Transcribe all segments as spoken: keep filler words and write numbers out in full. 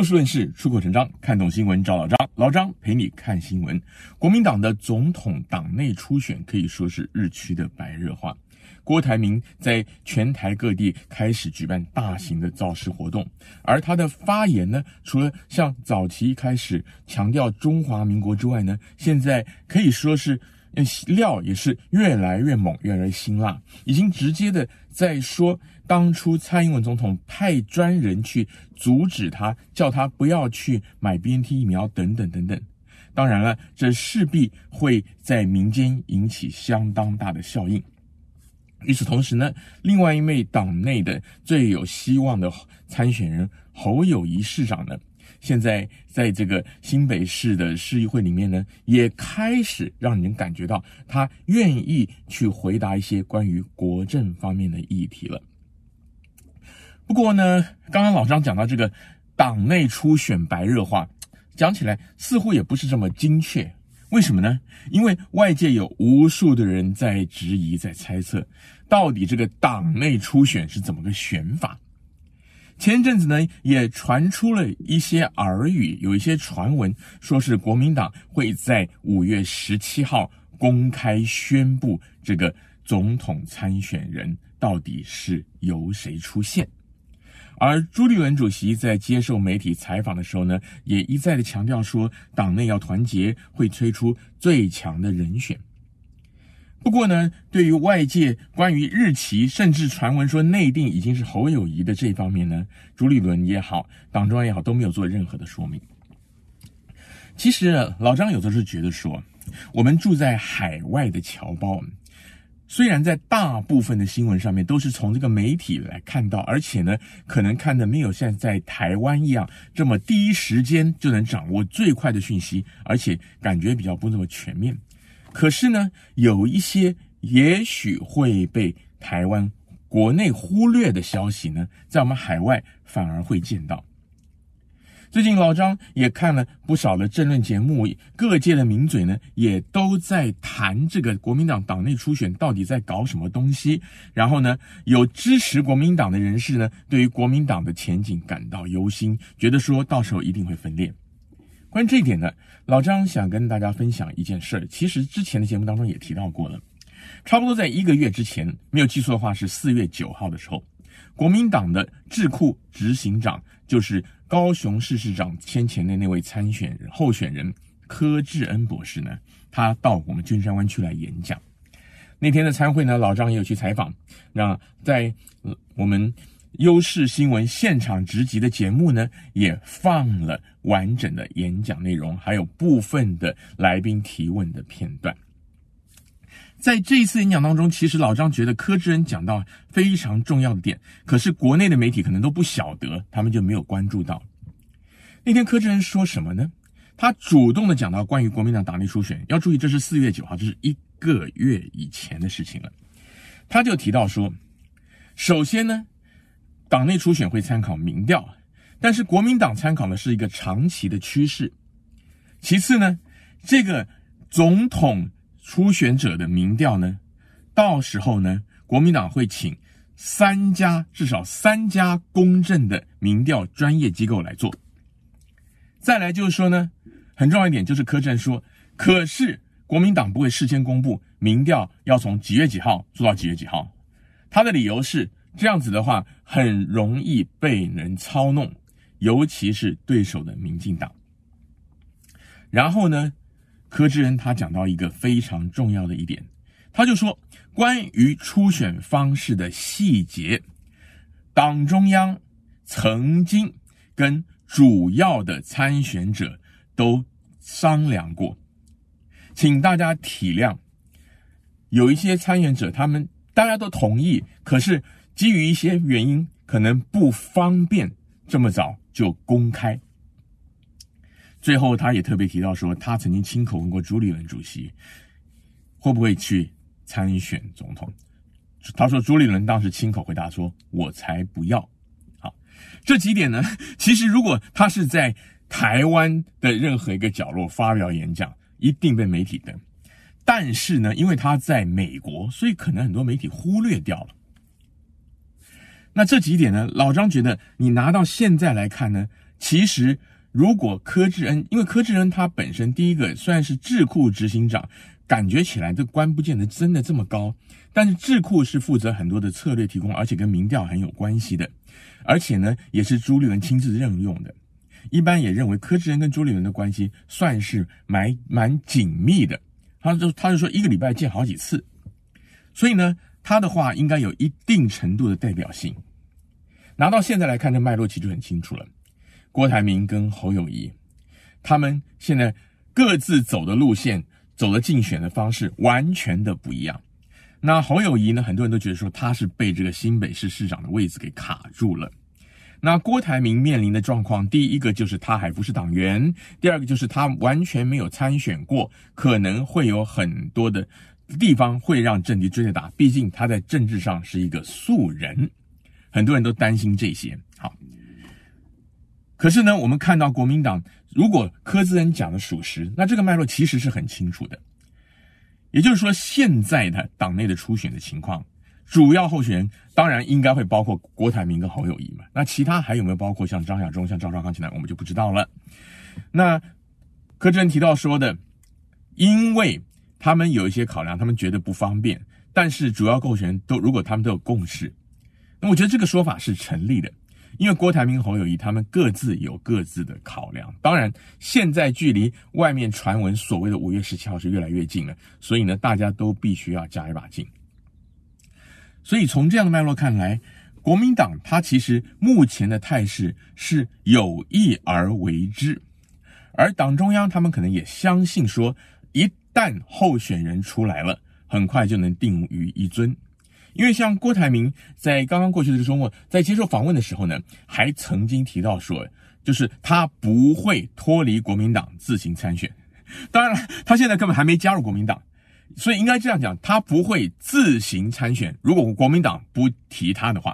就事论事，出口成章，看懂新闻找老张，老张陪你看新闻。国民党的总统党内初选可以说是日趋的白热化。郭台铭在全台各地开始举办大型的造势活动，而他的发言呢，除了像早期开始强调中华民国之外呢，现在可以说是料也是越来越猛，越来越辛辣，已经直接的在说当初蔡英文总统派专人去阻止他，叫他不要去买 B N T 疫苗等等等等。当然了，这势必会在民间引起相当大的效应。与此同时呢，另外一位党内的最有希望的参选人侯友宜市长呢，现在在这个新北市的市议会里面呢，也开始让人感觉到他愿意去回答一些关于国政方面的议题了。不过呢，刚刚老张讲到这个党内初选白热化，讲起来似乎也不是这么精确。为什么呢？因为外界有无数的人在质疑，在猜测，到底这个党内初选是怎么个选法。前阵子呢，也传出了一些耳语，有一些传闻，说是国民党会在五月十七号公开宣布这个总统参选人到底是由谁出现。而朱立伦主席在接受媒体采访的时候呢，也一再的强调说，党内要团结，会推出最强的人选。不过呢，对于外界关于日期，甚至传闻说内定已经是侯友宜的这方面呢，朱立伦也好，党中央也好，都没有做任何的说明。其实老张有的时候觉得说，我们住在海外的侨胞，虽然在大部分的新闻上面都是从这个媒体来看到，而且呢，可能看的没有像在台湾一样这么第一时间就能掌握最快的讯息，而且感觉比较不那么全面。可是呢，有一些也许会被台湾国内忽略的消息呢，在我们海外反而会见到。最近老张也看了不少的政论节目，各界的名嘴呢也都在谈这个国民党党内初选到底在搞什么东西。然后呢，有支持国民党的人士呢，对于国民党的前景感到忧心，觉得说到时候一定会分裂。关于这一点呢，老张想跟大家分享一件事儿，其实之前的节目当中也提到过了。差不多在一个月之前，没有记错的话是四月九号的时候，国民党的智库执行长，就是高雄市市长先前的那位参选人候选人柯志恩博士呢，他到我们君山湾区来演讲。那天的参会呢，老张也有去采访，那在我们优视新闻现场直击的节目呢，也放了完整的演讲内容，还有部分的来宾提问的片段。在这一次演讲当中，其实老张觉得柯志恩讲到非常重要的点，可是国内的媒体可能都不晓得，他们就没有关注到。那天柯志恩说什么呢？他主动的讲到关于国民党党内初选，要注意这是四月九号，这是一个月以前的事情了。他就提到说，首先呢，党内初选会参考民调，但是国民党参考的是一个长期的趋势。其次呢，这个总统初选者的民调呢，到时候呢，国民党会请三家至少三家公正的民调专业机构来做。再来就是说呢，很重要一点就是柯志恩说，可是国民党不会事先公布民调要从几月几号做到几月几号。他的理由是这样子的话很容易被人操弄，尤其是对手的民进党。然后呢，柯志恩他讲到一个非常重要的一点，他就说关于初选方式的细节，党中央曾经跟主要的参选者都商量过，请大家体谅，有一些参选者他们大家都同意，可是基于一些原因可能不方便这么早就公开。最后他也特别提到说，他曾经亲口问过朱立伦主席会不会去参选总统，他说朱立伦当时亲口回答说，我才不要。好，这几点呢，其实如果他是在台湾的任何一个角落发表演讲，一定被媒体登。但是呢，因为他在美国，所以可能很多媒体忽略掉了。那这几点呢，老张觉得你拿到现在来看呢， 其实如果柯志恩，因为柯志恩他本身第一个虽然是智库执行长，感觉起来这官不见得真的这么高，但是智库是负责很多的策略提供，而且跟民调很有关系的，而且呢也是朱立伦亲自任用的。一般也认为柯志恩跟朱立伦的关系算是蛮蛮紧密的，他就他就说一个礼拜见好几次，所以呢他的话应该有一定程度的代表性。拿到现在来看，这脉络其实就很清楚了。郭台铭跟侯友宜，他们现在各自走的路线，走的竞选的方式完全的不一样。那侯友宜呢，很多人都觉得说他是被这个新北市市长的位置给卡住了。那郭台铭面临的状况，第一个就是他还不是党员，第二个就是他完全没有参选过，可能会有很多的地方会让政敌追着打，毕竟他在政治上是一个素人，很多人都担心这些。好，可是呢，我们看到国民党，如果柯志恩讲的属实，那这个脉络其实是很清楚的。也就是说，现在的党内的初选的情况，主要候选人当然应该会包括郭台铭跟侯友宜嘛，那其他还有没有包括像张亚中、像赵少康进来，我们就不知道了。那柯志恩提到说的，因为他们有一些考量，他们觉得不方便，但是主要候选人都如果他们都有共识，那我觉得这个说法是成立的。因为郭台铭、侯友宜他们各自有各自的考量，当然现在距离外面传闻所谓的五月十七号是越来越近了，所以呢，大家都必须要加一把劲。所以从这样的脉络看来，国民党它其实目前的态势是有意而为之，而党中央他们可能也相信说，一旦候选人出来了，很快就能定于一尊。因为像郭台铭在刚刚过去的周末在接受访问的时候呢，还曾经提到说，就是他不会脱离国民党自行参选。当然了，他现在根本还没加入国民党，所以应该这样讲，他不会自行参选，如果国民党不提他的话。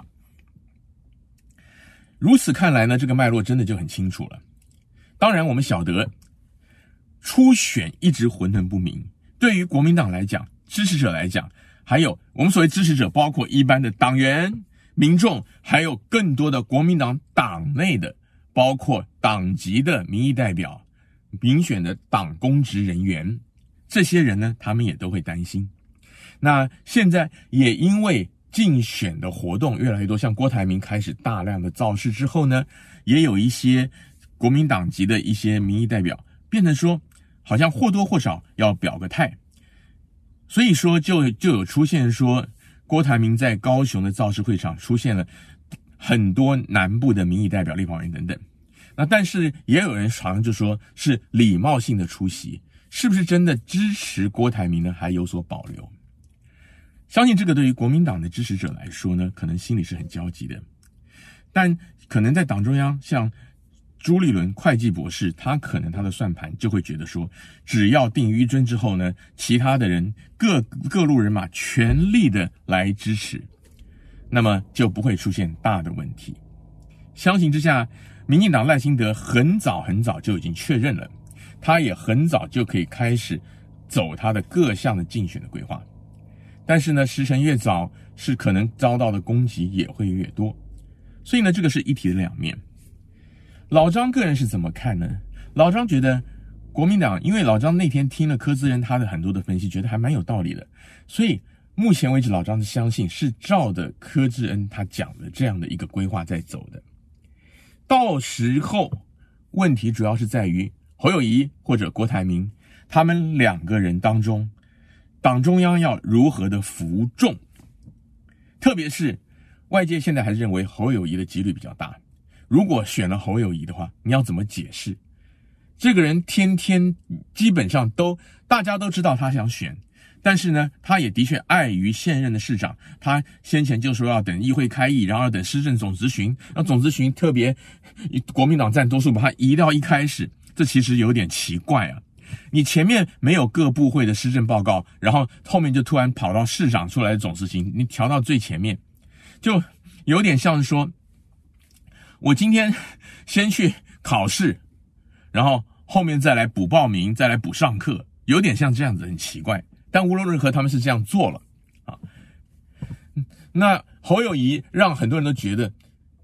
如此看来呢，这个脉络真的就很清楚了。当然我们晓得初选一直混沌不明，对于国民党来讲，支持者来讲，还有我们所谓支持者，包括一般的党员、民众，还有更多的国民党党内的，包括党籍的民意代表、民选的党公职人员，这些人呢，他们也都会担心。那现在也因为竞选的活动越来越多，像郭台铭开始大量的造势之后呢，也有一些国民党籍的一些民意代表变成说，好像或多或少要表个态。所以说就就有出现说，郭台铭在高雄的造势会场出现了很多南部的民意代表、立法委员等等。那但是也有人好像就说是礼貌性的出席，是不是真的支持郭台铭呢？还有所保留。相信这个对于国民党的支持者来说呢，可能心里是很焦急的。但可能在党中央，像朱立伦会计博士，他可能他的算盘就会觉得说，只要定于一尊之后呢，其他的人各各路人马全力的来支持，那么就不会出现大的问题。相形之下，民进党赖清德很早很早就已经确认了，他也很早就可以开始走他的各项的竞选的规划。但是呢，时辰越早，是可能遭到的攻击也会越多。所以呢，这个是一体的两面。老张个人是怎么看呢？老张觉得国民党，因为老张那天听了柯志恩他的很多的分析，觉得还蛮有道理的，所以目前为止老张是相信是照着柯志恩他讲的这样的一个规划在走的。到时候问题主要是在于侯友宜或者郭台铭他们两个人当中，党中央要如何的服众，特别是外界现在还认为侯友宜的几率比较大。如果选了侯友宜的话，你要怎么解释？这个人天天基本上都大家都知道他想选，但是呢，他也的确碍于现任的市长，他先前就说要等议会开议，然后要等施政总质询，然后总质询特别国民党占多数，把它移到一开始，这其实有点奇怪啊。你前面没有各部会的施政报告，然后后面就突然跑到市长出来的总质询，你调到最前面，就有点像是说，我今天先去考试，然后后面再来补报名，再来补上课，有点像这样子，很奇怪。但无论如何，他们是这样做了啊。那侯友宜让很多人都觉得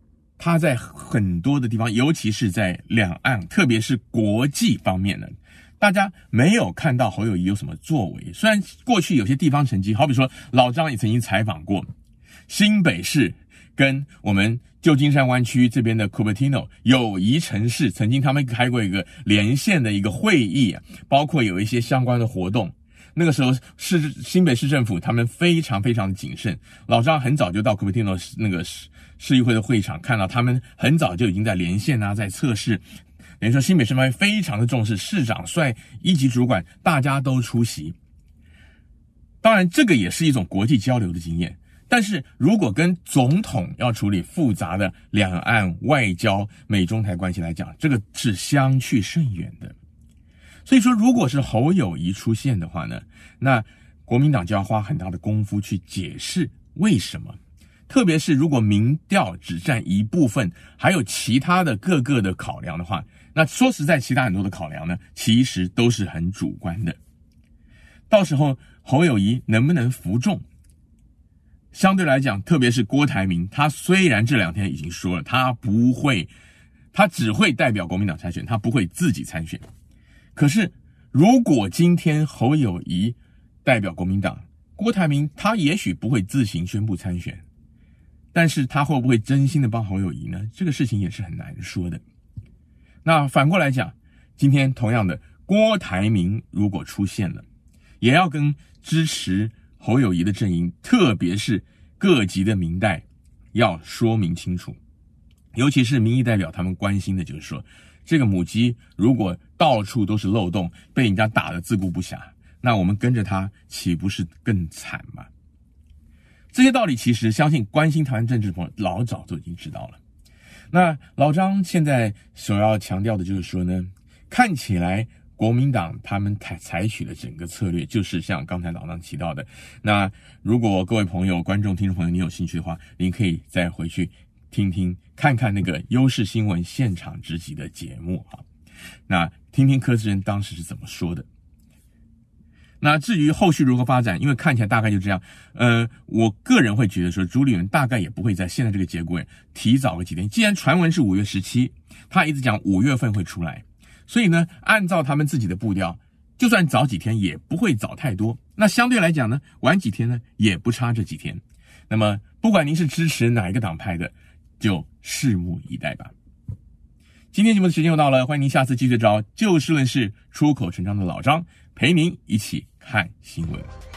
他在很多的地方，尤其是在两岸，特别是国际方面呢，大家没有看到侯友宜有什么作为。虽然过去有些地方成绩，好比说老张也曾经采访过新北市跟我们旧金山湾区这边的 Cupertino 友谊城市，曾经他们开过一个连线的一个会议，包括有一些相关的活动。那个时候市新北市政府他们非常非常的谨慎，老张很早就到 Cupertino 那个市市议会的会场，看到他们很早就已经在连线啊，在测试。等于说新北市方面非常的重视，市长率一级主管大家都出席。当然这个也是一种国际交流的经验，但是如果跟总统要处理复杂的两岸外交美中台关系来讲，这个是相去甚远的。所以说如果是侯友宜出现的话呢，那国民党就要花很大的功夫去解释为什么，特别是如果民调只占一部分，还有其他的各个的考量的话，那说实在其他很多的考量呢，其实都是很主观的。到时候侯友宜能不能服众，相对来讲，特别是郭台铭，他虽然这两天已经说了他不会，他只会代表国民党参选，他不会自己参选。可是如果今天侯友宜代表国民党，郭台铭他也许不会自行宣布参选，但是他会不会真心的帮侯友宜呢？这个事情也是很难说的。那反过来讲，今天同样的郭台铭如果出现了，也要跟支持侯友宜的阵营，特别是各级的民代要说明清楚，尤其是民意代表他们关心的就是说，这个母鸡如果到处都是漏洞，被人家打得自顾不暇，那我们跟着他岂不是更惨吗？这些道理其实相信关心台湾政治的朋友老早就已经知道了。那老张现在所要强调的就是说呢，看起来国民党他们采取的整个策略就是像刚才老张提到的，那如果各位朋友观众听众朋友你有兴趣的话，您可以再回去听听看看那个优视新闻现场直击的节目啊，那听听柯志恩当时是怎么说的。那至于后续如何发展，因为看起来大概就这样，呃，我个人会觉得说，朱立伦大概也不会在现在这个节骨眼提早个几天。既然传闻是五月十七，他一直讲五月份会出来，所以呢，按照他们自己的步调，就算早几天也不会早太多。那相对来讲呢，晚几天呢也不差这几天。那么不管您是支持哪一个党派的，就拭目以待吧。今天节目的时间又到了，欢迎您下次继续找就事论事、出口成章的老张陪您一起看新闻。